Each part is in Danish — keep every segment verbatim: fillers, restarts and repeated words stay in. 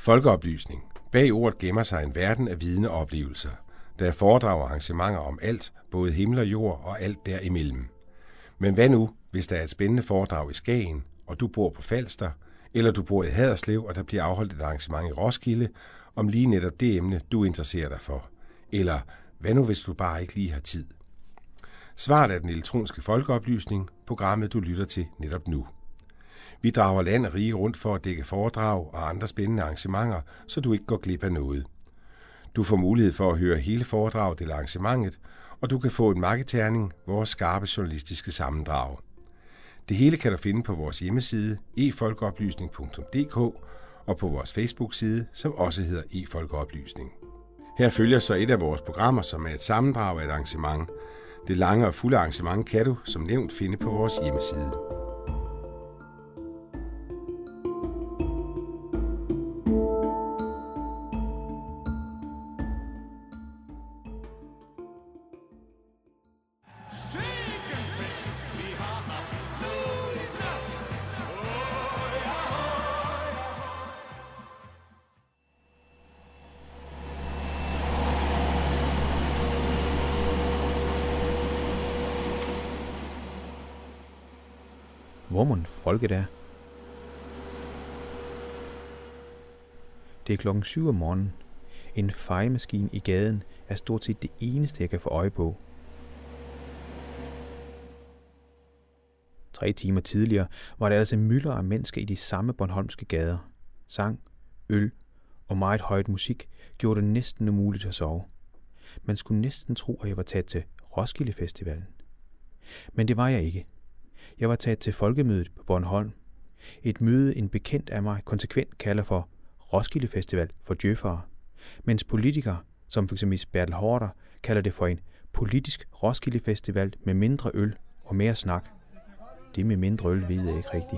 Folkeoplysning. Bag ordet gemmer sig en verden af viden og oplevelser. Der er foredrag og arrangementer om alt, både himmel og jord og alt derimellem. Men hvad nu, hvis der er et spændende foredrag i Skagen, og du bor på Falster, eller du bor i Haderslev, og der bliver afholdt et arrangement i Roskilde, om lige netop det emne, du interesserer dig for? Eller hvad nu, hvis du bare ikke lige har tid? Svaret er den elektroniske folkeoplysning, programmet du lytter til netop nu. Vi drager land og rige rundt for at dække foredrag og andre spændende arrangementer, så du ikke går glip af noget. Du får mulighed for at høre hele foredraget eller arrangementet, og du kan få en marketerning, vores skarpe journalistiske sammendrag. Det hele kan du finde på vores hjemmeside e folkeoplysning punktum d k og på vores Facebook-side, som også hedder e-folkeoplysning. Her følger så et af vores programmer, som er et sammendrag af et arrangement. Det lange og fulde arrangement kan du, som nævnt, finde på vores hjemmeside. Hvor mon folket er? Det er klokken syv om morgenen. En fejemaskine i gaden er stort set det eneste, jeg kan få øje på. Tre timer tidligere var der altså mylder af mennesker i de samme bornholmske gader. Sang, øl og meget højt musik gjorde det næsten umuligt at sove. Man skulle næsten tro, at jeg var taget til Roskilde Festivalen. Men det var jeg ikke. Jeg var taget til folkemødet på Bornholm. Et møde, en bekendt af mig konsekvent kalder for Roskilde Festival for djøffere, mens politikere, som f.eks. Bertel Haarder, kalder det for en politisk Roskilde Festival med mindre øl og mere snak. Det med mindre øl ved jeg ikke rigtigt.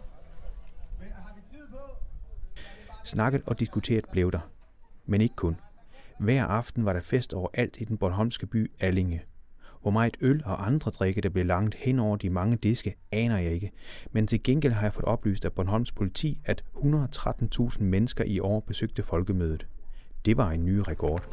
Snakket og diskuteret blev der, men ikke kun. Hver aften var der fest overalt i den bornholmske by Allinge. Hvor meget øl og andre drikke, der blev langt hen over de mange diske, aner jeg ikke. Men til gengæld har jeg fået oplyst af Bornholms politi, at et hundrede og tretten tusind mennesker i år besøgte folkemødet. Det var en ny rekord.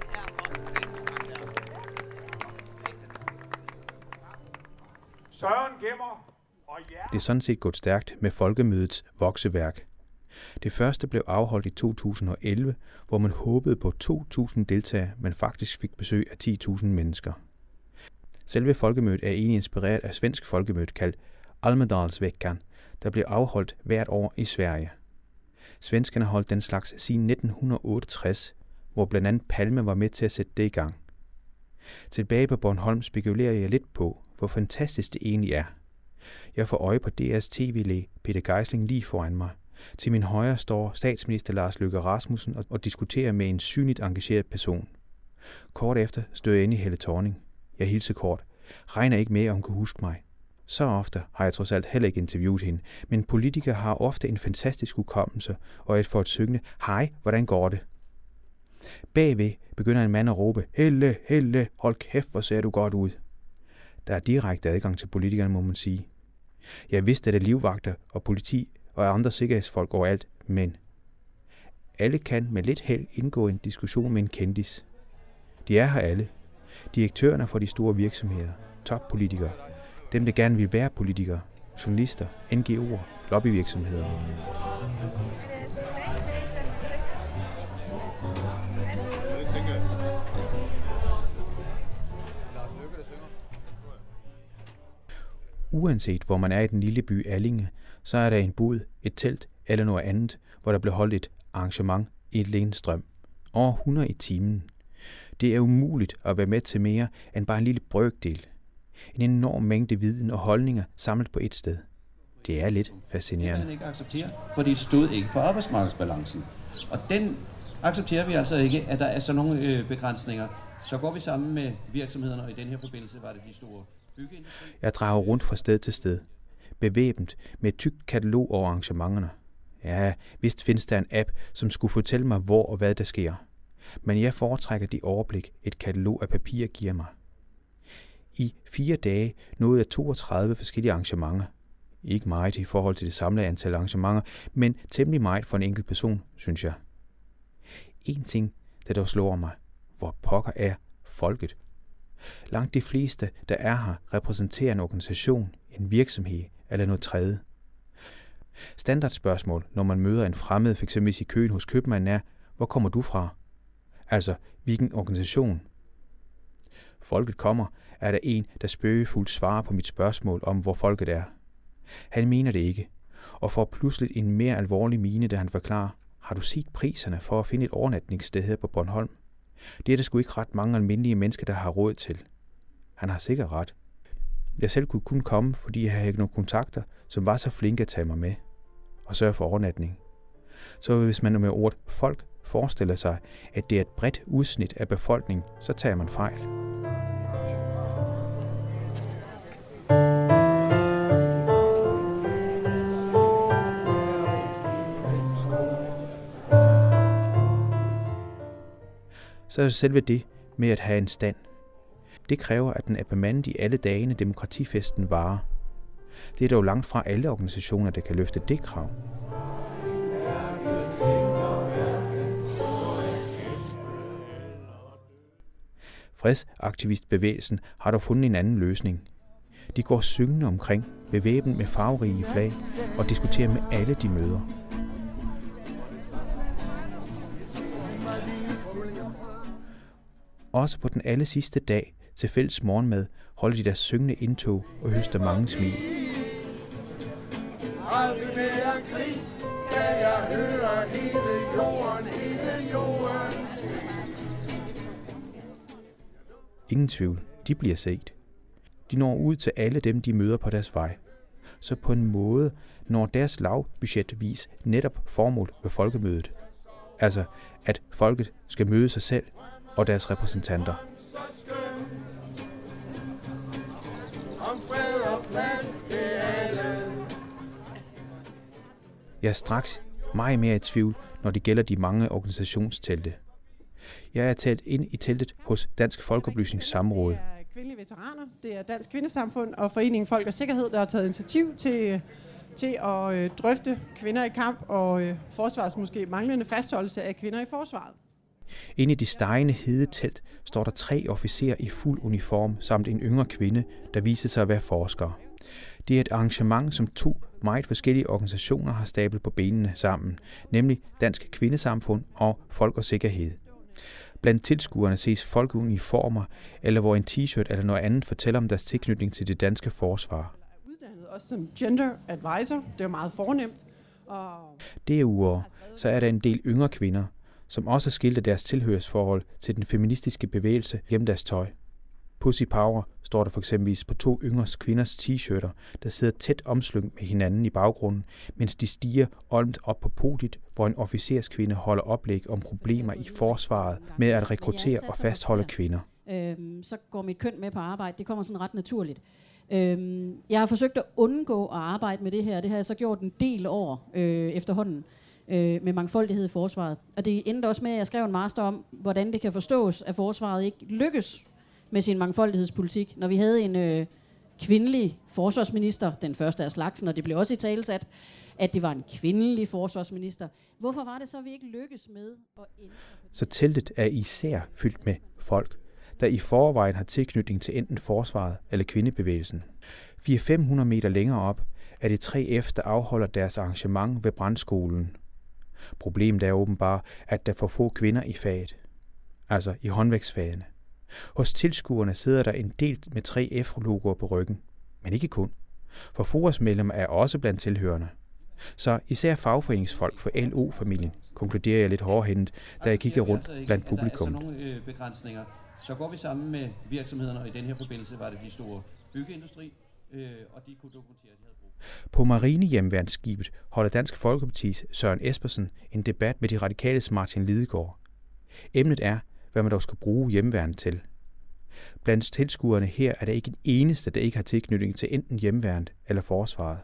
Søren Gemmer og Det er sådan set gået stærkt med folkemødets vokseværk. Det første blev afholdt i to tusind og elleve, hvor man håbede på to tusind deltagere, men faktisk fik besøg af ti tusind mennesker. Selve folkemødet er egentlig inspireret af svensk folkemøde kaldt Almedalsveckan, der blev afholdt hvert år i Sverige. Svenskerne holdt den slags siden nitten otteogtres, hvor blandt andet Palme var med til at sætte det i gang. Tilbage på Bornholm spekulerer jeg lidt på, hvor fantastisk det egentlig er. Jeg får øje på D R's tv-læge Peter Geisling lige foran mig. Til min højre står statsminister Lars Løkke Rasmussen og, og diskuterer med en synligt engageret person. Kort efter støder jeg ind i Helle Thorning. Jeg hilser kort. Regner ikke med, at hun kan huske mig. Så ofte har jeg trods alt heller ikke interviewet hende, men politikere har ofte en fantastisk hukommelse, og et for et syngende, hej, hvordan går det? Bagved begynder en mand at råbe, Helle, Helle, hold kæft, hvor ser du godt ud. Der er direkte adgang til politikerne, må man sige. Jeg vidste, at det er livvagter og politi og andre sikkerhedsfolk overalt, men alle kan med lidt held indgå en diskussion med en kendis. De er her alle. Direktørerne for de store virksomheder, toppolitikere, dem der gerne vil være politikere, journalister, N G O'er, lobbyvirksomheder. Uanset hvor man er i den lille by Allinge, så er der en bod, et telt eller noget andet, hvor der bliver holdt et arrangement i et lænstrøm. Over hundrede i timen. Det er umuligt at være med til mere end bare en lille brøkdel. En enorm mængde viden og holdninger samlet på et sted. Det er lidt fascinerende. Det kan man ikke acceptere, for det stod ikke på arbejdsmarkedsbalancen. Og den accepterer vi altså ikke, at der er sådan nogle øh, begrænsninger. Så går vi sammen med virksomhederne, og i den her forbindelse var det de store byggeindustrier. Jeg drager rundt fra sted til sted. Bevæbnet med et tykt katalog over arrangementerne. Ja, vist findes der en app, som skulle fortælle mig, hvor og hvad der sker. Men jeg foretrækker det overblik, et katalog af papir giver mig. I fire dage nåede jeg toogtredive forskellige arrangementer. Ikke meget i forhold til det samlede antal arrangementer, men temmelig meget for en enkelt person, synes jeg. én ting, der dog slår mig. Hvor pokker er folket? Langt de fleste, der er her, repræsenterer en organisation, en virksomhed eller noget tredje. Standardspørgsmål, når man møder en fremmed, f.eks. i køen hos købmanden, er, hvor kommer du fra? Altså, hvilken organisation? Folket kommer, er der en, der spøgefuldt svarer på mit spørgsmål om, hvor folket er. Han mener det ikke, og får pludselig en mere alvorlig mine, da han forklarer, har du set priserne for at finde et overnatningssted her på Bornholm? Det er der sgu ikke ret mange almindelige mennesker, der har råd til. Han har sikkert ret. Jeg selv kunne kun komme, fordi jeg havde nogle kontakter, som var så flinke at tage mig med og sørge for overnatning. Så hvis man med ordet folk forestiller sig, at det er et bredt udsnit af befolkningen, så tager man fejl. Så er selve det med at have en stand. Det kræver, at den er bemandet i alle dagene, demokratifesten varer. Det er dog langt fra alle organisationer, der kan løfte det krav. Fredsaktivistbevægelsen har dog fundet en anden løsning. De går syngende omkring, bevæbnet med farverige flag, og diskuterer med alle de møder. Også på den alle sidste dag til fælles morgenmad holder de deres syngende indtog og høster mange smil. Aldrig mere krig, da jeg hører hele jorden, hele jorden. Ingen tvivl, de bliver set. De når ud til alle dem, de møder på deres vej. Så på en måde når deres lavbudgetvis netop formål ved folkemødet. Altså, at folket skal møde sig selv og deres repræsentanter. Jeg er straks meget mere i tvivl, når det gælder de mange organisationstelte. Jeg er talt ind i teltet hos Dansk Folkeoplysningssamråd. Det er kvindelige veteraner, det er Dansk Kvindesamfund og Foreningen Folk og Sikkerhed, der har taget initiativ til, til at øh, drøfte kvinder i kamp og øh, forsvars måske manglende fastholdelse af kvinder i forsvaret. Inde i de stegende hede telt står der tre officerer i fuld uniform samt en yngre kvinde, der viser sig at være forskere. Det er et arrangement, som to meget forskellige organisationer har stablet på benene sammen, nemlig Dansk Kvindesamfund og Folk og Sikkerhed. Blandt tilskuerne ses folkeuniformer, eller hvor en t-shirt eller noget andet fortæller om deres tilknytning til det danske forsvar. Uddannet også som gender advisor, det er meget fornemt. Og Derudover så er der en del yngre kvinder, som også skildrer deres tilhørsforhold til den feministiske bevægelse gennem deres tøj. Pussy Power står der for eksempel på to yngre kvinders t-shirter, der sidder tæt omslynget med hinanden i baggrunden, mens de stiger olmt op på podiet, hvor en officerskvinde holder oplæg om problemer i forsvaret med at rekruttere og fastholde kvinder. Øhm, så går mit køn med på arbejde. Det kommer sådan ret naturligt. Øhm, jeg har forsøgt at undgå at arbejde med det her. Det har jeg så gjort en del år øh, efterhånden øh, med mangfoldighed i forsvaret. Og det endte også med, at jeg skrev en master om, hvordan det kan forstås, at forsvaret ikke lykkes med sin mangfoldighedspolitik. Når vi havde en øh, kvindelig forsvarsminister, den første af slagsen, og det blev også i talesat, at det var en kvindelig forsvarsminister. Hvorfor var det så, at vi ikke lykkes med at ændre? Så teltet er især fyldt med folk, der i forvejen har tilknytning til enten forsvaret eller kvindebevægelsen. fire til fem hundrede meter længere op er det tre F, der afholder deres arrangement ved brandskolen. Problemet er åbenbart, at der er for få kvinder i faget, altså i håndværksfagene. Hos tilskuerne sidder der en del med tre F-logoer på ryggen, men ikke kun. For F O A-medlemmer er også blandt tilhørende. Så især fagforeningsfolk for L O-familien, konkluderer jeg lidt hårdhændet, da jeg kigger rundt blandt publikum. Der er altså nogle begrænsninger. Så går vi sammen med virksomhederne, og i den her forbindelse var det de store byggeindustri, øh, og de kunne dokumentere, at de havde brug. På Marinehjemmeværnsskibet holder Dansk Folkepartis Søren Espersen en debat med de radikales Martin Lidegaard. Emnet er, hvad man dog skal bruge hjemmeværnet til. Blandt tilskuerne her er der ikke en eneste, der ikke har tilknytning til enten hjemmeværnet eller forsvaret.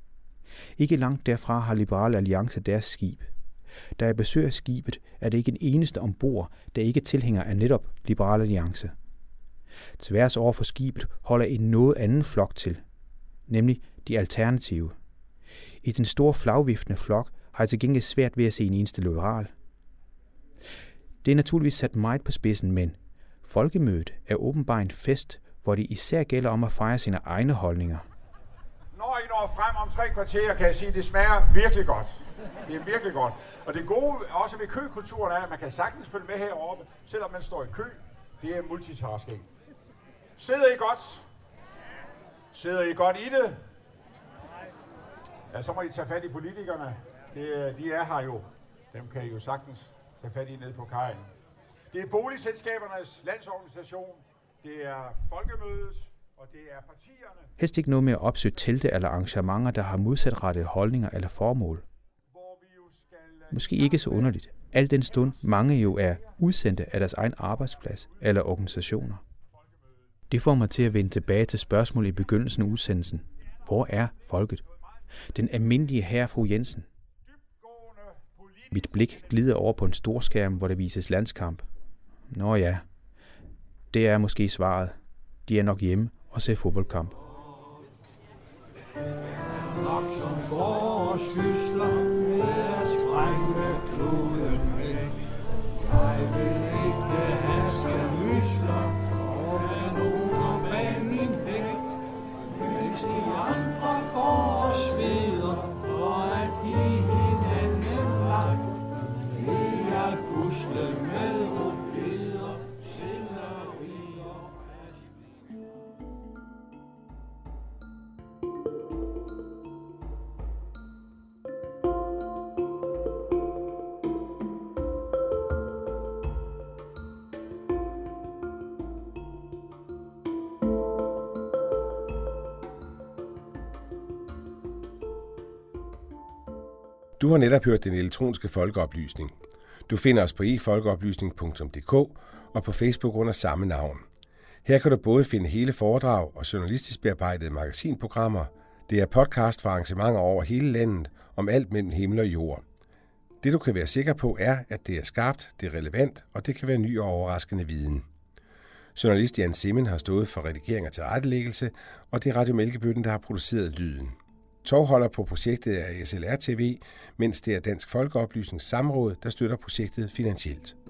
Ikke langt derfra har Liberal Alliance deres skib. Da jeg besøger skibet, er det ikke en eneste ombord, der ikke tilhænger af netop Liberal Alliance. Tværs over for skibet holder en noget anden flok til, nemlig de alternative. I den store flagviftende flok har jeg til gengæld svært ved at se en eneste liberal. Det er naturligvis sat meget på spidsen, men folkemødet er åbenbart en fest, hvor det især gælder om at fejre sine egne holdninger. Når I når frem om tre kvarter, kan jeg sige, at det smager virkelig godt. Det er virkelig godt. Og det gode også ved køkulturen er, at man kan sagtens følge med heroppe, selvom man står i kø. Det er multitasking. Sidder I godt? Sidder I godt i det? Ja, så må I tage fat i politikerne. Det, de er her jo. Dem kan I jo sagtens tage fat i nede på kajen. Det er Boligselskabernes Landsorganisation. Det er Folkemødet. Og det er partierne. Helst ikke noget med at opsøge telte eller arrangementer, der har modsatrettede holdninger eller formål. Måske ikke så underligt. Al den stund mange jo er udsendte af deres egen arbejdsplads eller organisationer. Det får mig til at vende tilbage til spørgsmålet i begyndelsen af udsendelsen. Hvor er folket? Den almindelige herre fru Jensen. Mit blik glider over på en stor skærm, hvor der vises landskamp. Nå ja, det er måske svaret. De er nok hjemme og ser fodboldkamp. Nok som går og sysler med at sprænge kloden væk. Jeg vil ikke have skamysler og have nogen bag min hæk. Hvis de andre går og sveder for at give hinanden ret. Det er pusle med rubeder, sellerier. Du har netop hørt den elektroniske folkeoplysning. Du finder os på e folkeoplysning punktum d k og på Facebook under samme navn. Her kan du både finde hele foredrag og journalistisk bearbejdede magasinprogrammer. Det er podcast for arrangementer over hele landet om alt mellem himmel og jord. Det du kan være sikker på er, at det er skarpt, det er relevant, og det kan være ny og overraskende viden. Journalist Jan Simmen har stået for redigering og tilrettelæggelse, og det er Radio Mælkebøtten, der har produceret lyden. Tovholder på projektet er S L R T V, mens det er Dansk Folkeoplysnings Samråd, der støtter projektet finansielt.